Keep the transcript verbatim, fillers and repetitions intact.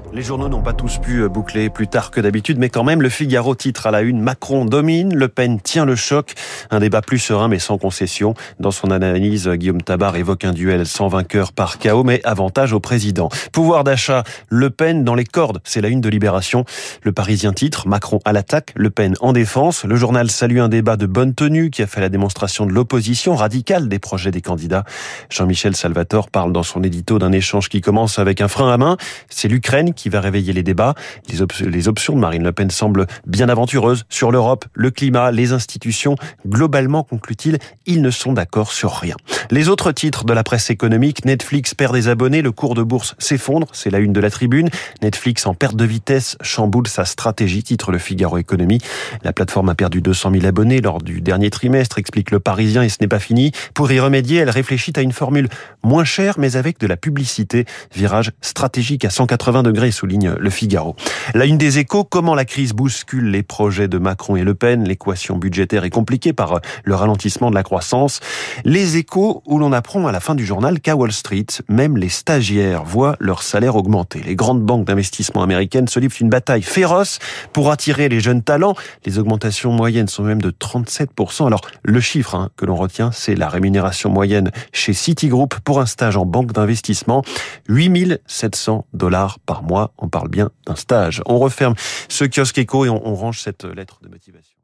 Les journaux n'ont pas tous pu boucler plus tard que d'habitude, mais quand même, le Figaro titre à la une: Macron domine, Le Pen tient le choc. Un débat plus serein mais sans concession. Dans son analyse, Guillaume Tabar évoque un duel sans vainqueur par K O, mais avantage au président. Pouvoir d'achat, Le Pen dans les cordes, c'est la une de Libération. Le Parisien titre: Macron à l'attaque, Le Pen en défense. Le journal salue un débat de bonne tenue qui a fait la démonstration de l'opposition radicale des projets des candidats. Jean-Michel Salvatore parle dans son édito d'un échange qui commence avec un frein à main. C'est l'Ukraine qui va réveiller les débats. Les, op- les options de Marine Le Pen semblent bien aventureuses sur l'Europe, le climat, les institutions. Globalement, conclut-il, ils ne sont d'accord sur rien. Les autres titres de la presse économique: Netflix perd des abonnés, le cours de bourse s'effondre, c'est la une de la Tribune. Netflix en perte de vitesse chamboule sa stratégie, titre le Figaro Économie. La plateforme a perdu deux cent mille abonnés lors du dernier trimestre, explique le Parisien, et ce n'est pas fini. Pour y remédier, elle réfléchit à une formule moins chère mais avec de la publicité. Virage stratégique à cent quatre-vingts degrés, souligne le Figaro. La une des Échos: comment la crise bouscule les projets de Macron et Le Pen. L'équation budgétaire est compliquée par le ralentissement de la croissance. Les Échos, où l'on apprend à la fin du journal qu'à Wall Street, même les stagiaires voient leur salaire augmenter. Les grandes banques d'investissement américaines se livrent une bataille féroce pour attirer les jeunes talents. Les augmentations moyennes sont même de trente-sept pour cent. Alors, le chiffre hein, que l'on retient, c'est la rémunération moyenne chez Citigroup pour un stage en banque d'investissement: huit mille sept cents dollars par mois. On parle bien d'un stage. On referme ce kiosque écho et on, on range cette lettre de motivation.